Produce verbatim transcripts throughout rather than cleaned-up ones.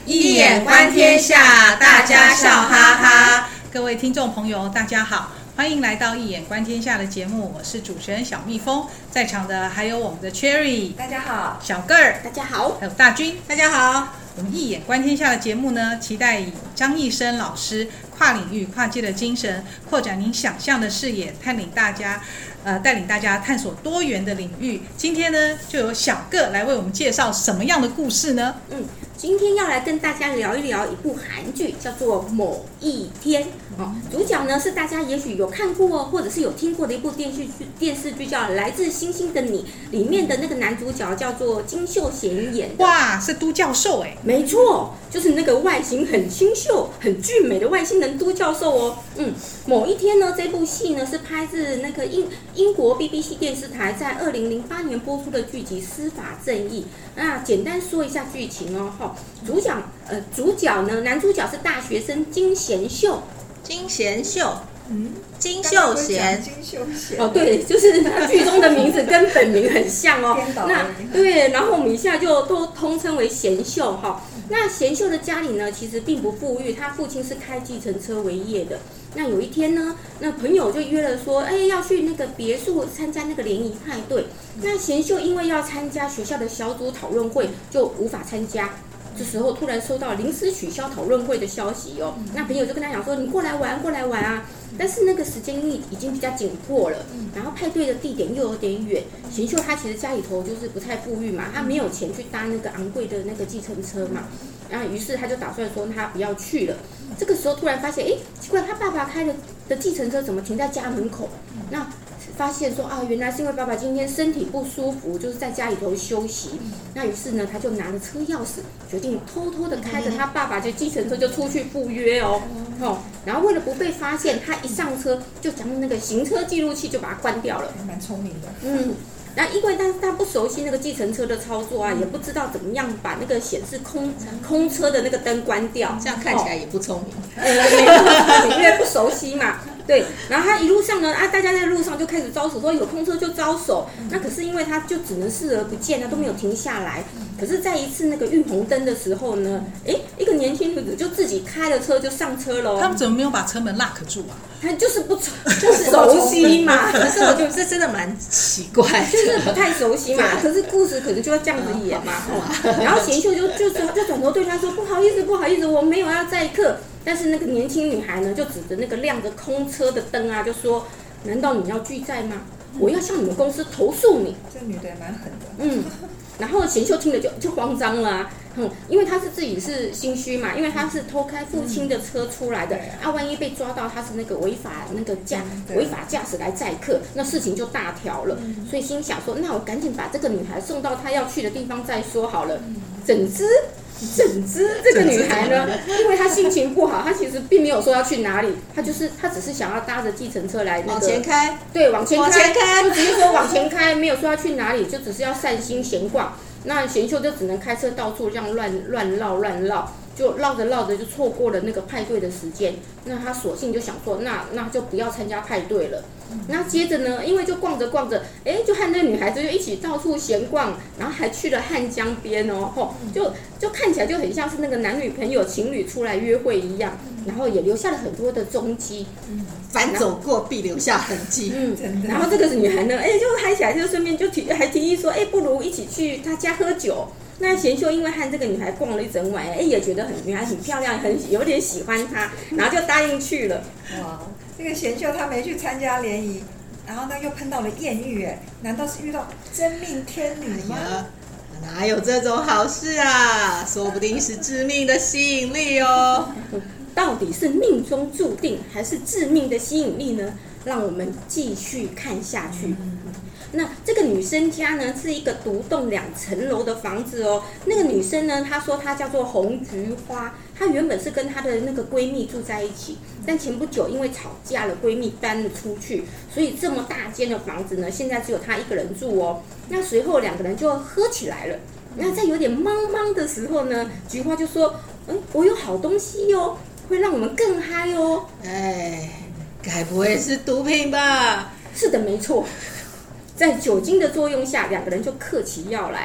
一眼观天下，大家笑哈哈。 各位听众朋友，大家好，欢迎来到一眼观天下的节目，我是主持人小蜜蜂，在场的还有我们的 Cherry， 大家好； 小个儿， 大家好； 还有大军， 大家好。 我们一眼观天下的节目呢，期待以张义生老师跨领域、跨界的精神，扩展您想象的视野，带领大家，呃，带领大家探索多元的领域。今天呢，就由小个来为我们介绍什么样的故事呢？ 嗯，今天要来跟大家聊一聊一部韩剧，叫做《某一天》哦。主角呢是大家也许有看过或者是有听过的一部电视剧，电视剧叫《来自星星的你》，里面的那个男主角叫做金秀贤演的。 哇，是都教授哎。 没错，就是那个外形很清秀、很俊美的外星人都教授哦。嗯，某一天呢，这部戏呢是拍自那个英英国 B B C 电视台在二零零八年播出的剧集《司法正义》。那简单说一下剧情哦，哈，主角呃主角呢，男主角是大学生金贤秀， 金贤秀。嗯，金秀贤， 金秀贤哦，对，就是他剧中的名字跟本名很像哦。那对，然后我们一下就都通称为贤秀哈。那贤秀的家里呢，其实并不富裕，他父亲是开计程车为业的。那有一天呢，那朋友就约了说，哎，要去那个别墅参加那个联谊派对。那贤秀因为要参加学校的小组讨论会，就无法参加。这时候突然收到临时取消讨论会的消息哦，那朋友就跟他讲说，你过来玩，过来玩啊！但是那个时间已经比较紧迫了，然后派对的地点又有点远。贤秀他其实家里头就是不太富裕嘛，他没有钱去搭那个昂贵的那个计程车嘛，然后于是他就打算说他不要去了。这个时候突然发现，哎，奇怪，他爸爸开的的计程车怎么停在家门口？那发现说啊，原来是因为爸爸今天身体不舒服，就是在家里头休息。那于是呢，他就拿了车钥匙，决定偷偷的开着他爸爸的计程车就出去赴约哦。哦，然后为了不被发现，他一上车就将那个行车记录器就把它关掉了。 蛮聪明的。 嗯。然后因为但是他不熟悉那个计程车的操作啊，也不知道怎么样把那个显示空空车的那个灯关掉， 这样看起来也不聪明。 呃，没错，因为不熟悉嘛。对，然后他一路上呢，啊，大家在路上就开始招手，说有空车就招手。那可是因为他就只能视而不见，他都没有停下来。可是，在一次那个遇红灯的时候呢，哎，一个年轻女子就自己开了车就上车了。 他们怎么没有把车门 lock 住啊？ 他就是不不熟悉嘛。 可是我觉得这真的蛮奇怪的， 就是不太熟悉嘛。可是故事可能就要这样子演嘛。然后贤秀就就就转头对他说：“不好意思，不好意思，我没有要载客。”但是那个年轻女孩呢，就指着那个亮着空车的灯啊，就说：“难道你要拒载吗？我要向你们公司投诉你。” 这女的也蛮狠的。 嗯，然后贤秀听了就就慌张了啊，嗯，因为他是自己是心虚嘛，因为他是偷开父亲的车出来的，啊，万一被抓到他是那个违法那个驾违法驾驶来载客，那事情就大条了，所以心想说，那我赶紧把这个女孩送到她要去的地方再说好了。怎知怎知这个女孩呢，因为她心情不好，她其实并没有说要去哪里，她就是她只是想要搭着计程车来那个往前开， 对，往前开， 往前开就直接说往前开，没有说要去哪里，就只是要散心闲逛。那贤秀就只能开车到处这样乱乱绕乱绕，就绕着绕着就错过了那个派对的时间。那他索性就想说，那那就不要参加派对了。那接着呢，因为就逛着逛着，哎，就和那个女孩子就一起到处闲逛，然后还去了汉江边哦，吼，就就看起来就很像是那个男女朋友情侣出来约会一样，然后也留下了很多的踪迹。 凡走过必留下痕迹。 嗯，然后这个女孩呢，哎，就嗨起来，就顺便就提还提议说，哎，不如一起去她家喝酒。那贤秀因为和这个女孩逛了一整晚，哎，也觉得很女孩很漂亮，很有点喜欢她，然后就答应去了。 哇，这个贤秀她没去参加联谊，然后呢又碰到了艳遇，哎，难道是遇到真命天女吗？ 哎，哪有这种好事啊？说不定是致命的吸引力哦。 到底是命中注定还是致命的吸引力呢？让我们继续看下去。那这个女生家呢，是一个独栋两层楼的房子哦。那个女生呢，她说她叫做红菊花，她原本是跟她的那个闺蜜住在一起，但前不久因为吵架了，闺蜜搬了出去，所以这么大间的房子呢，现在只有她一个人住哦。那随后两个人就喝起来了。那在有点茫茫的时候呢，菊花就说：“哎，我有好东西哟，会让我们更嗨哦。” 哎，该不会是毒品吧？ 是的，没错。在酒精的作用下，两个人就嗑起药来了。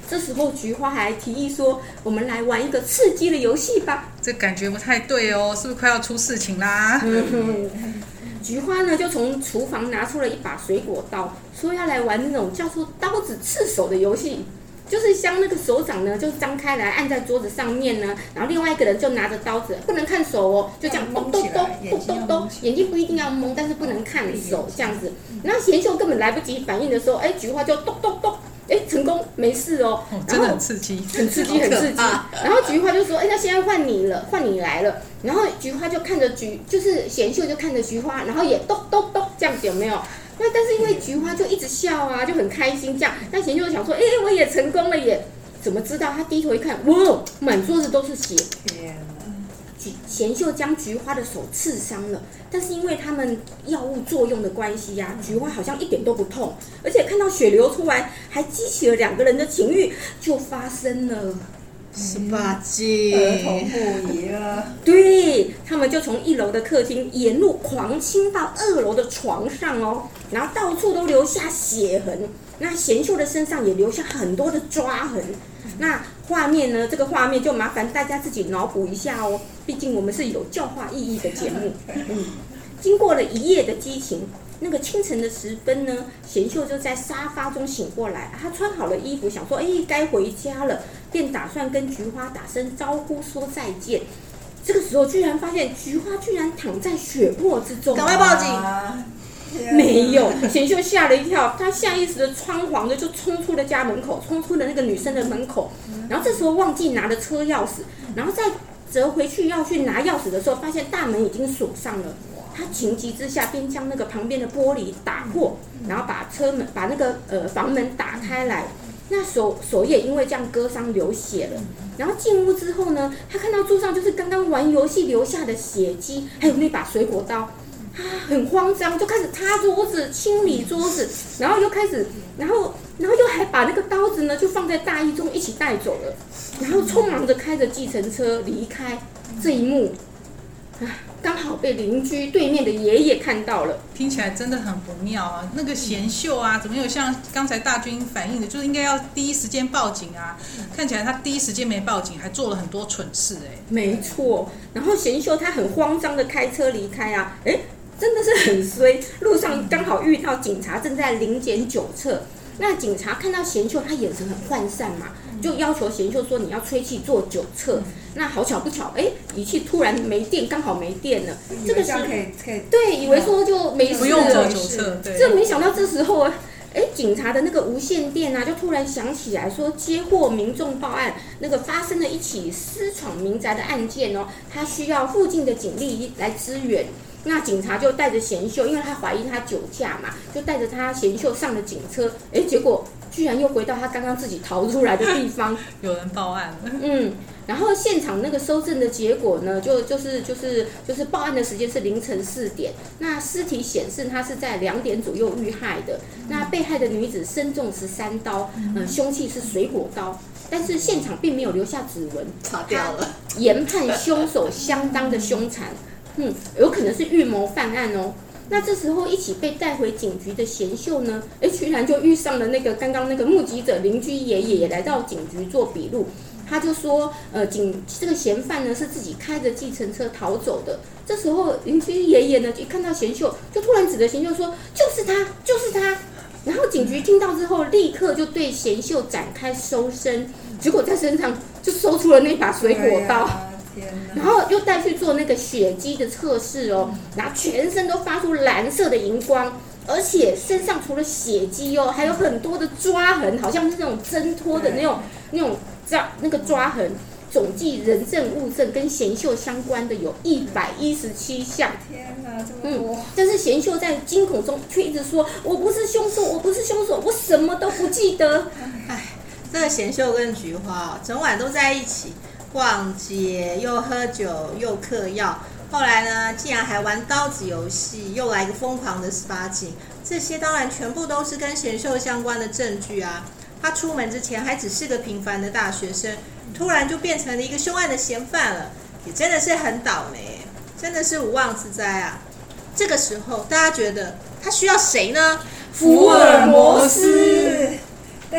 这时候菊花还提议说：“我们来玩一个刺激的游戏吧。” 这感觉不太对哦，是不是快要出事情啦？ 嗯菊花呢就从厨房拿出了一把水果刀，说要来玩那种叫做刀子刺手的游戏。就是将那个手掌呢，就张开来按在桌子上面呢，然后另外一个人就拿着刀子，不能看手哦，就这样咚咚咚咚咚咚，眼睛不一定要蒙，但是不能看手这样子。然后贤秀根本来不及反应的时候，哎，菊花就咚咚咚，哎，成功没事哦， 哦真的很刺激， 很刺激，很刺激。然后菊花就说，哎，那现在换你了，换你来了。然后菊花就看着菊，就是贤秀就看着菊花，然后也咚咚咚这样子有没有？那但是因为菊花就一直笑啊，就很开心这样。那贤秀想说，哎，我也成功了耶！怎么知道？他低头一看，哇，满桌子都是血。 天哪！ 贤秀将菊花的手刺伤了，但是因为他们药物作用的关系呀、啊，菊花好像一点都不痛，而且看到血流出来，还激起了两个人的情欲，就发生了。 十八禁， 儿童不宜了。 对，他们就从一楼的客厅沿路狂亲到二楼的床上哦，然后到处都留下血痕。那贤秀的身上也留下很多的抓痕。那画面呢？这个画面就麻烦大家自己脑补一下哦，毕竟我们是有教化意义的节目。嗯，经过了一夜的激情。那个清晨的时分呢，贤秀就在沙发中醒过来，他穿好了衣服，想说，哎，该回家了，便打算跟菊花打声招呼，说再见。这个时候，居然发现菊花居然躺在血泊之中， 赶快报警！ 啊、 没有，贤秀吓了一跳，他下意识的仓皇的就冲出了家门口，冲出了那个女生的门口，然后这时候忘记拿了车钥匙，然后再折回去要去拿钥匙的时候，发现大门已经锁上了。他情急之下，便将那个旁边的玻璃打破，然后把车门、把那个呃房门打开来。那手手也因为这样割伤流血了。然后进屋之后呢，他看到桌上就是刚刚玩游戏留下的血迹，还有那把水果刀。啊，很慌张，就开始擦桌子、清理桌子，然后又开始，然后，然后又还把那个刀子呢，就放在大衣中一起带走了，然后匆忙着开着计程车离开。这一幕，啊，刚好被邻居对面的爷爷看到了。 听起来真的很不妙啊！那个贤秀啊，怎么有像刚才大军反映的，就是应该要第一时间报警啊？看起来他第一时间没报警，还做了很多蠢事哎、欸。 没错，然后贤秀他很慌张的开车离开啊，哎。真的是很衰，路上刚好遇到警察正在临检酒测。那警察看到贤秀，他眼神很涣散嘛，就要求贤秀说你要吹气做酒测。那好巧不巧，哎，仪器突然没电，刚好没电了。 这个是可以可以对，以为说就没事了， 不用做酒测。对， 这没想到这时候啊。哎，警察的那个无线电啊，就突然响起来说，接获民众报案，那个发生了一起私闯民宅的案件哦，他需要附近的警力来支援。那警察就带着贤秀，因为他怀疑他酒驾嘛，就带着他贤秀上了警车。哎，结果居然又回到他刚刚自己逃出来的地方。 有人报案了。 嗯，然后现场那个搜证的结果呢，就就是就是就是报案的时间是凌晨四点。那尸体显示他是在两点左右遇害的。那被害的女子身中十三刀，呃，凶器是水果刀。但是现场并没有留下指纹， 擦掉了。 研判凶手相当的凶残。嗯，有可能是预谋犯案哦。那这时候一起被带回警局的贤秀呢，哎，居然就遇上了那个刚刚那个目击者邻居爷爷，也来到警局做笔录。他就说，呃，警这个嫌犯呢是自己开着计程车逃走的。这时候邻居爷爷呢一看到贤秀，就突然指着贤秀说：“就是他，就是他。”然后警局听到之后，立刻就对贤秀展开搜身，结果在身上就搜出了那把水果刀。然后又带去做那个血迹的测试哦，然后全身都发出蓝色的荧光，而且身上除了血迹哦，还有很多的抓痕，好像是那种挣脱的那种那种抓那个抓痕。总计人证物证跟贤秀相关的有一百一十七项。 天哪，这么多！ 嗯，但是贤秀在惊恐中却一直说：“我不是凶手，我不是凶手，我什么都不记得。” 哎，这个贤秀跟菊花整晚都在一起。逛街又喝酒又嗑药，后来呢，竟然还玩刀子游戏，又来一个疯狂的十八禁。这些当然全部都是跟贤秀相关的证据啊。他出门之前还只是个平凡的大学生，突然就变成了一个凶案的嫌犯了，也真的是很倒霉，真的是无妄之灾啊。这个时候，大家觉得他需要谁呢？ 福尔摩斯。 但是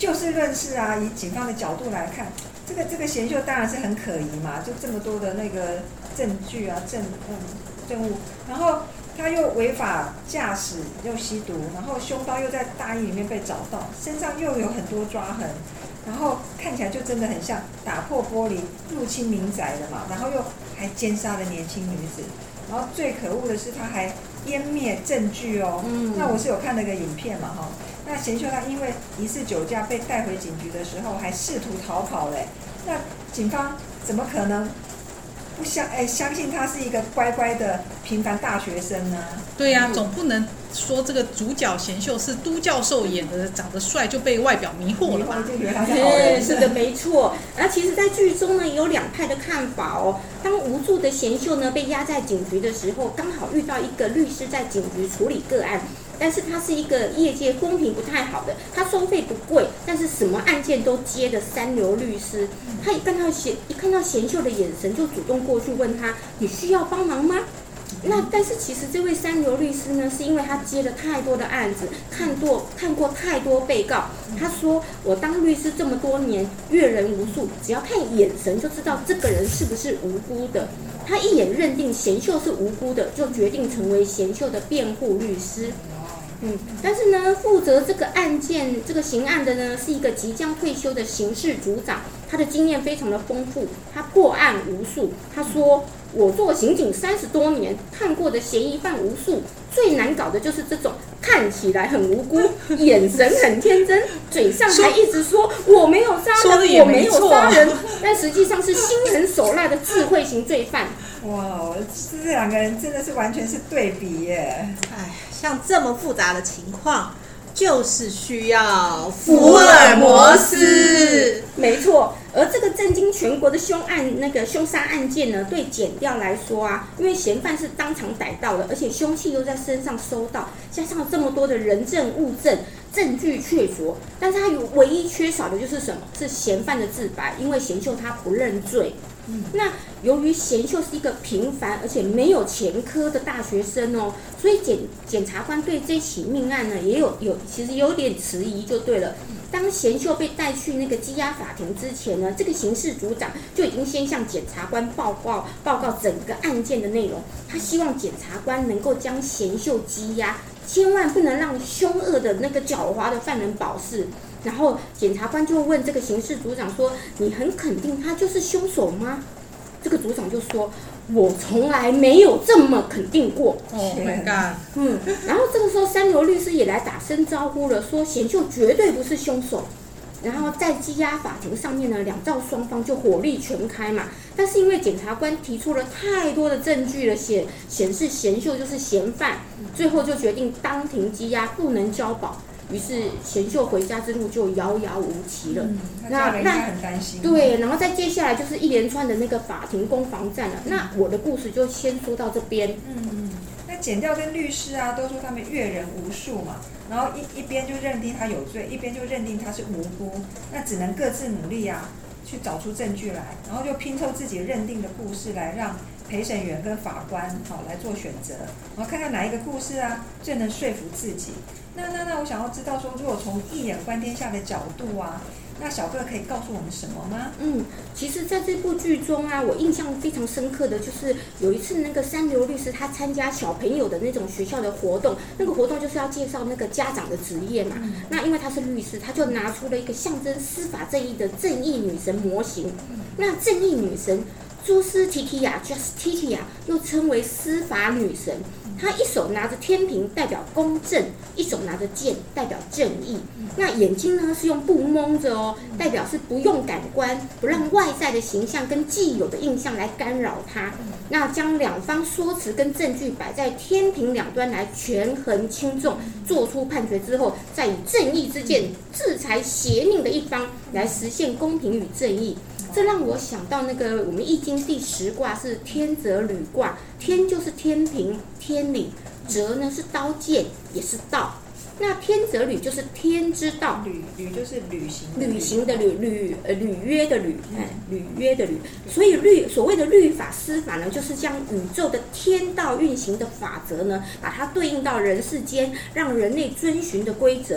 就事论事啊，以警方的角度来看，这个这个贤秀当然是很可疑嘛，就这么多的那个证据啊证嗯证物，然后他又违法驾驶又吸毒，然后凶刀又在大衣里面被找到，身上又有很多抓痕，然后看起来就真的很像打破玻璃入侵民宅的嘛，然后又还奸杀了年轻女子，然后最可恶的是他还湮灭证据哦。嗯，那我是有看那个影片嘛哈，那贤秀他因为疑似酒驾被带回警局的时候，还试图逃跑嘞，那警方怎么可能不相哎相信他是一个乖乖的平凡大学生呢？ 对呀、啊，总不能说这个主角贤秀是都教授演的，长得帅就被外表迷惑了吧？ 对，是的，没错。然后其实，在剧中呢，有两派的看法哦。当无助的贤秀呢被押在警局的时候，刚好遇到一个律师在警局处理个案。但是他是一个业界风评不太好的，他收费不贵，但是什么案件都接的三流律师。他一看到贤一看到贤秀的眼神，就主动过去问他：“你需要帮忙吗？”那但是其实这位三流律师呢，是因为他接了太多的案子，看过看过太多被告。他说：“我当律师这么多年，阅人无数，只要看眼神就知道这个人是不是无辜的。”他一眼认定贤秀是无辜的，就决定成为贤秀的辩护律师。嗯，但是呢，负责这个案件、这个刑案的呢，是一个即将退休的刑事组长，他的经验非常的丰富，他破案无数。他说：“我做刑警三十多年，看过的嫌疑犯无数，最难搞的就是这种看起来很无辜，眼神很天真，嘴上还一直说我没有杀人，我没有杀人，但实际上是心狠手辣的智慧型罪犯。” 哇，这两个人真的是完全是对比耶！ 哎，像这么复杂的情况，就是需要福尔摩斯。 没错，而这个震惊全国的凶案，那个凶杀案件呢，对检调来说啊，因为嫌犯是当场逮到的，而且凶器又在身上收到，加上这么多的人证物证，证据确凿，但是他有唯一缺少的就是什么？是嫌犯的自白，因为贤秀他不认罪。嗯、那由于贤秀是一个平凡而且没有前科的大学生哦，所以检检察官对这起命案呢也有有其实有点迟疑就对了。当贤秀被带去那个羁押法庭之前呢，这个刑事组长就已经先向检察官报告报告整个案件的内容，他希望检察官能够将贤秀羁押，千万不能让凶恶的那个狡猾的犯人保释。然后检察官就问这个刑事组长说：“你很肯定他就是凶手吗？”这个组长就说：“我从来没有这么肯定过。” Oh my god！ 嗯，然后这个时候三流律师也来打声招呼了，说贤秀绝对不是凶手。然后在羁押法庭上面呢，两造双方就火力全开嘛。但是因为检察官提出了太多的证据了，显显示贤秀就是嫌犯，最后就决定当庭羁押，不能交保。于是贤秀回家之路就遥遥无期了。 嗯、那那很担心。 对，然后再接下来就是一连串的那个法庭攻防战了。嗯、那我的故事就先说到这边。 嗯嗯。那检调跟律师啊都说他们阅人无数嘛，然后一一边就认定他有罪，一边就认定他是无辜，那只能各自努力啊，去找出证据来，然后就拼凑自己认定的故事来让陪审员跟法官好来做选择，然后看看哪一个故事啊最能说服自己。那那那我想要知道说，如果从一眼观天下的角度啊，那小哥可以告诉我们什么吗？ 嗯，其实在这部剧中啊，我印象非常深刻的就是有一次那个三流律师他参加小朋友的那种学校的活动，那个活动就是要介绍那个家长的职业嘛。嗯、那因为他是律师，他就拿出了一个象征司法正义的正义女神模型。嗯、那正义女神朱斯提提亚 Justitia 又称为司法女神，她一手拿着天平代表公正，一手拿着剑代表正义。那眼睛呢是用布蒙着哦，代表是不用感官，不让外在的形象跟既有的印象来干扰她。那将两方说辞跟证据摆在天平两端来权衡轻重，做出判决之后，再以正义之剑制裁邪佞的一方，来实现公平与正义。这让我想到那个我们易经第十卦是天泽履卦，天就是天平天理，泽呢是刀剑也是道，那天泽履就是天之道， 履履就是旅行旅行的履履呃履约的履哎履约的履，所以律所谓的律法司法呢，就是将宇宙的天道运行的法则呢，把它对应到人世间，让人类遵循的规则。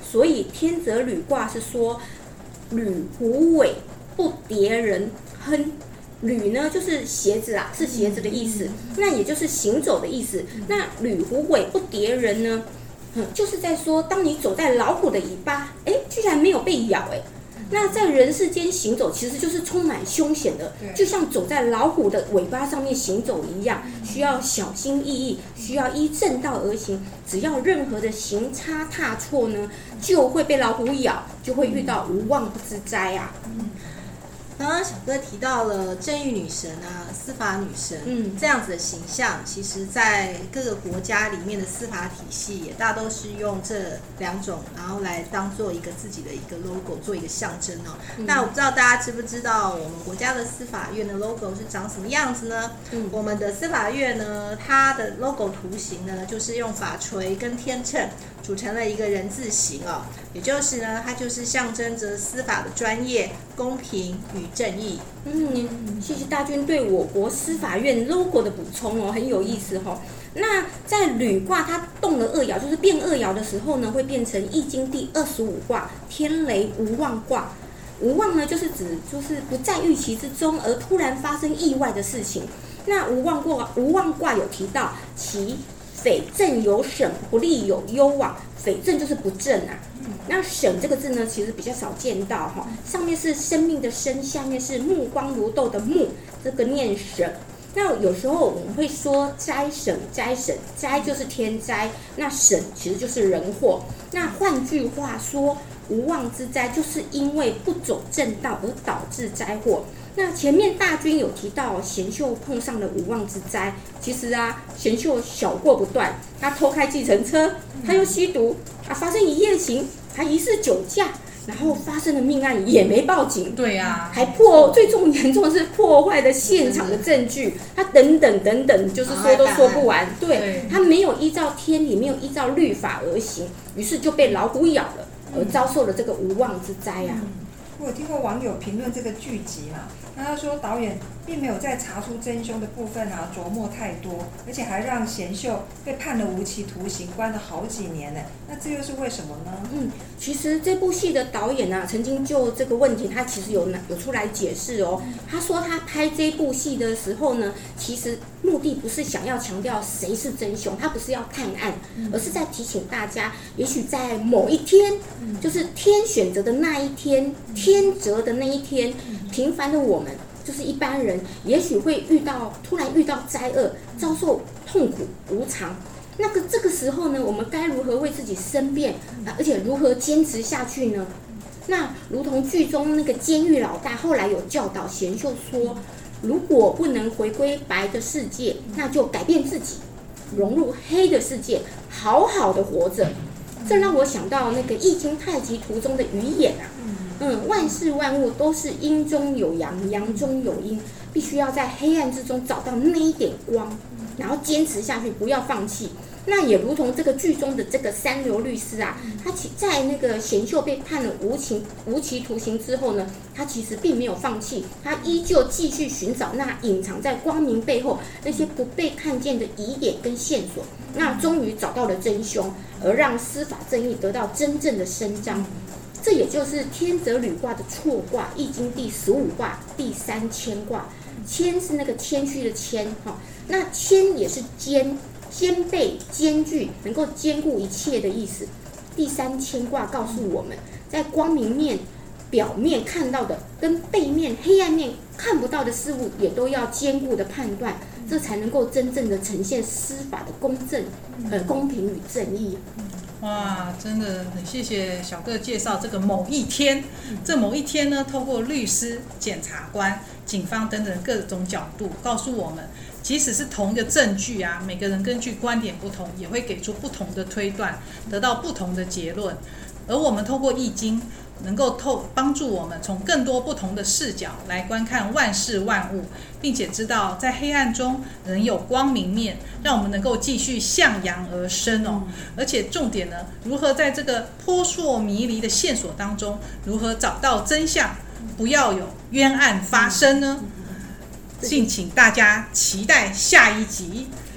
所以天泽履卦是说履虎尾不蝶人亨。履呢就是鞋子啊，是鞋子的意思，那也就是行走的意思。那履虎尾不蝶人呢，嗯，就是在说，当你走在老虎的尾巴，哎，居然没有被咬，哎，那在人世间行走其实就是充满凶险的，就像走在老虎的尾巴上面行走一样，需要小心翼翼，需要依正道而行。只要任何的行差踏错呢，就会被老虎咬，就会遇到无妄之灾啊。 刚刚小哥提到了正义女神啊、司法女神，嗯，这样子的形象，其实在各个国家里面的司法体系也大都是用这两种，然后来当做一个自己的一个 logo， 做一个象征哦。嗯、那我不知道大家知不知道我们国家的司法院的 logo 是长什么样子呢？嗯、我们的司法院呢，它的 logo 图形呢，就是用法锤跟天秤组成了一个人字形哦，也就是呢，它就是象征着司法的专业、公平与正义。 嗯，谢谢大军对我国司法院 logo 的补充哦，很有意思哦。那在履卦它动了二爻，就是变二爻的时候呢，会变成易经第二十五卦天雷无妄卦。无妄呢，就是指就是不在预期之中而突然发生意外的事情。那无妄卦，无妄卦有提到其匪正有省，不利有攸往。匪正就是不正啊。那省这个字呢，其实比较少见到哈，上面是生命的生，下面是目光如豆的目，这个念省。那有时候我们会说灾省，灾省，灾就是天灾，那省其实就是人祸。那换句话说，无妄之灾就是因为不走正道而导致灾祸。那前面大军有提到贤秀碰上了无妄之灾，其实啊，贤秀小过不断，他偷开计程车，他又吸毒，啊，发生一夜情，还疑似酒驾，然后发生了命案也没报警， 对啊， 还破最重严重的是破坏了现场的证据，他等等等等，就是说都说不完，对，他没有依照天理，没有依照律法而行，于是就被老虎咬了，而遭受了这个无妄之灾啊。 我有听过网友评论这个剧集嘛，那他说导演并没有在查出真凶的部分啊琢磨太多，而且还让贤秀被判了无期徒刑，关了好几年呢。那这又是为什么呢？ 嗯，其实这部戏的导演啊，曾经就这个问题，他其实有有出来解释哦。他说他拍这部戏的时候呢，其实目的不是想要强调谁是真凶，他不是要探案，而是在提醒大家，也许在某一天，就是天选择的那一天，天择的那一天，平凡的我们。就是一般人，也许会遇到突然遇到灾厄，遭受痛苦无常。那个这个时候呢，我们该如何为自己申辩啊？而且如何坚持下去呢？那如同剧中那个监狱老大后来有教导贤秀说，如果不能回归白的世界，那就改变自己，融入黑的世界，好好的活着。这让我想到那个《易经太极图》中的鱼眼啊。嗯，万事万物都是阴中有阳，阳中有阴，必须要在黑暗之中找到那一点光，然后坚持下去，不要放弃。那也如同这个剧中的这个三流律师啊，他其在那个贤秀被判了无期无期徒刑之后呢，他其实并没有放弃，他依旧继续寻找那隐藏在光明背后那些不被看见的疑点跟线索，那终于找到了真凶，而让司法正义得到真正的伸张。这也就是天泽履卦的错卦，易经第十五卦第三谦卦。谦是那个谦虚的谦，哈，那谦也是兼兼备、兼具，能够兼顾一切的意思。第三谦卦告诉我们，在光明面、表面看到的，跟背面、黑暗面看不到的事物，也都要兼顾的判断，这才能够真正的呈现司法的公正、呃公平与正义。 哇，真的很谢谢小哥介绍这个某一天。这某一天呢，透过律师、检察官、警方等等各种角度，告诉我们，即使是同一个证据啊，每个人根据观点不同，也会给出不同的推断，得到不同的结论。而我们透过易经，能够透帮助我们从更多不同的视角来观看万事万物，并且知道在黑暗中仍有光明面，让我们能够继续向阳而生哦。而且重点呢，如何在这个扑朔迷离的线索当中，如何找到真相，不要有冤案发生呢？敬请大家期待下一集。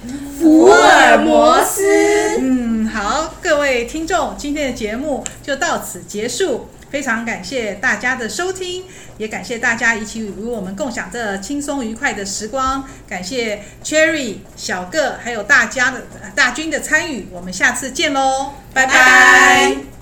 福尔摩斯。 嗯，好，各位听众，今天的节目就到此结束。非常感谢大家的收听，也感谢大家一起与我们共享这轻松愉快的时光。感谢 Cherry、小个还有大家的大军的参与，我们下次见喽，拜拜。 拜拜。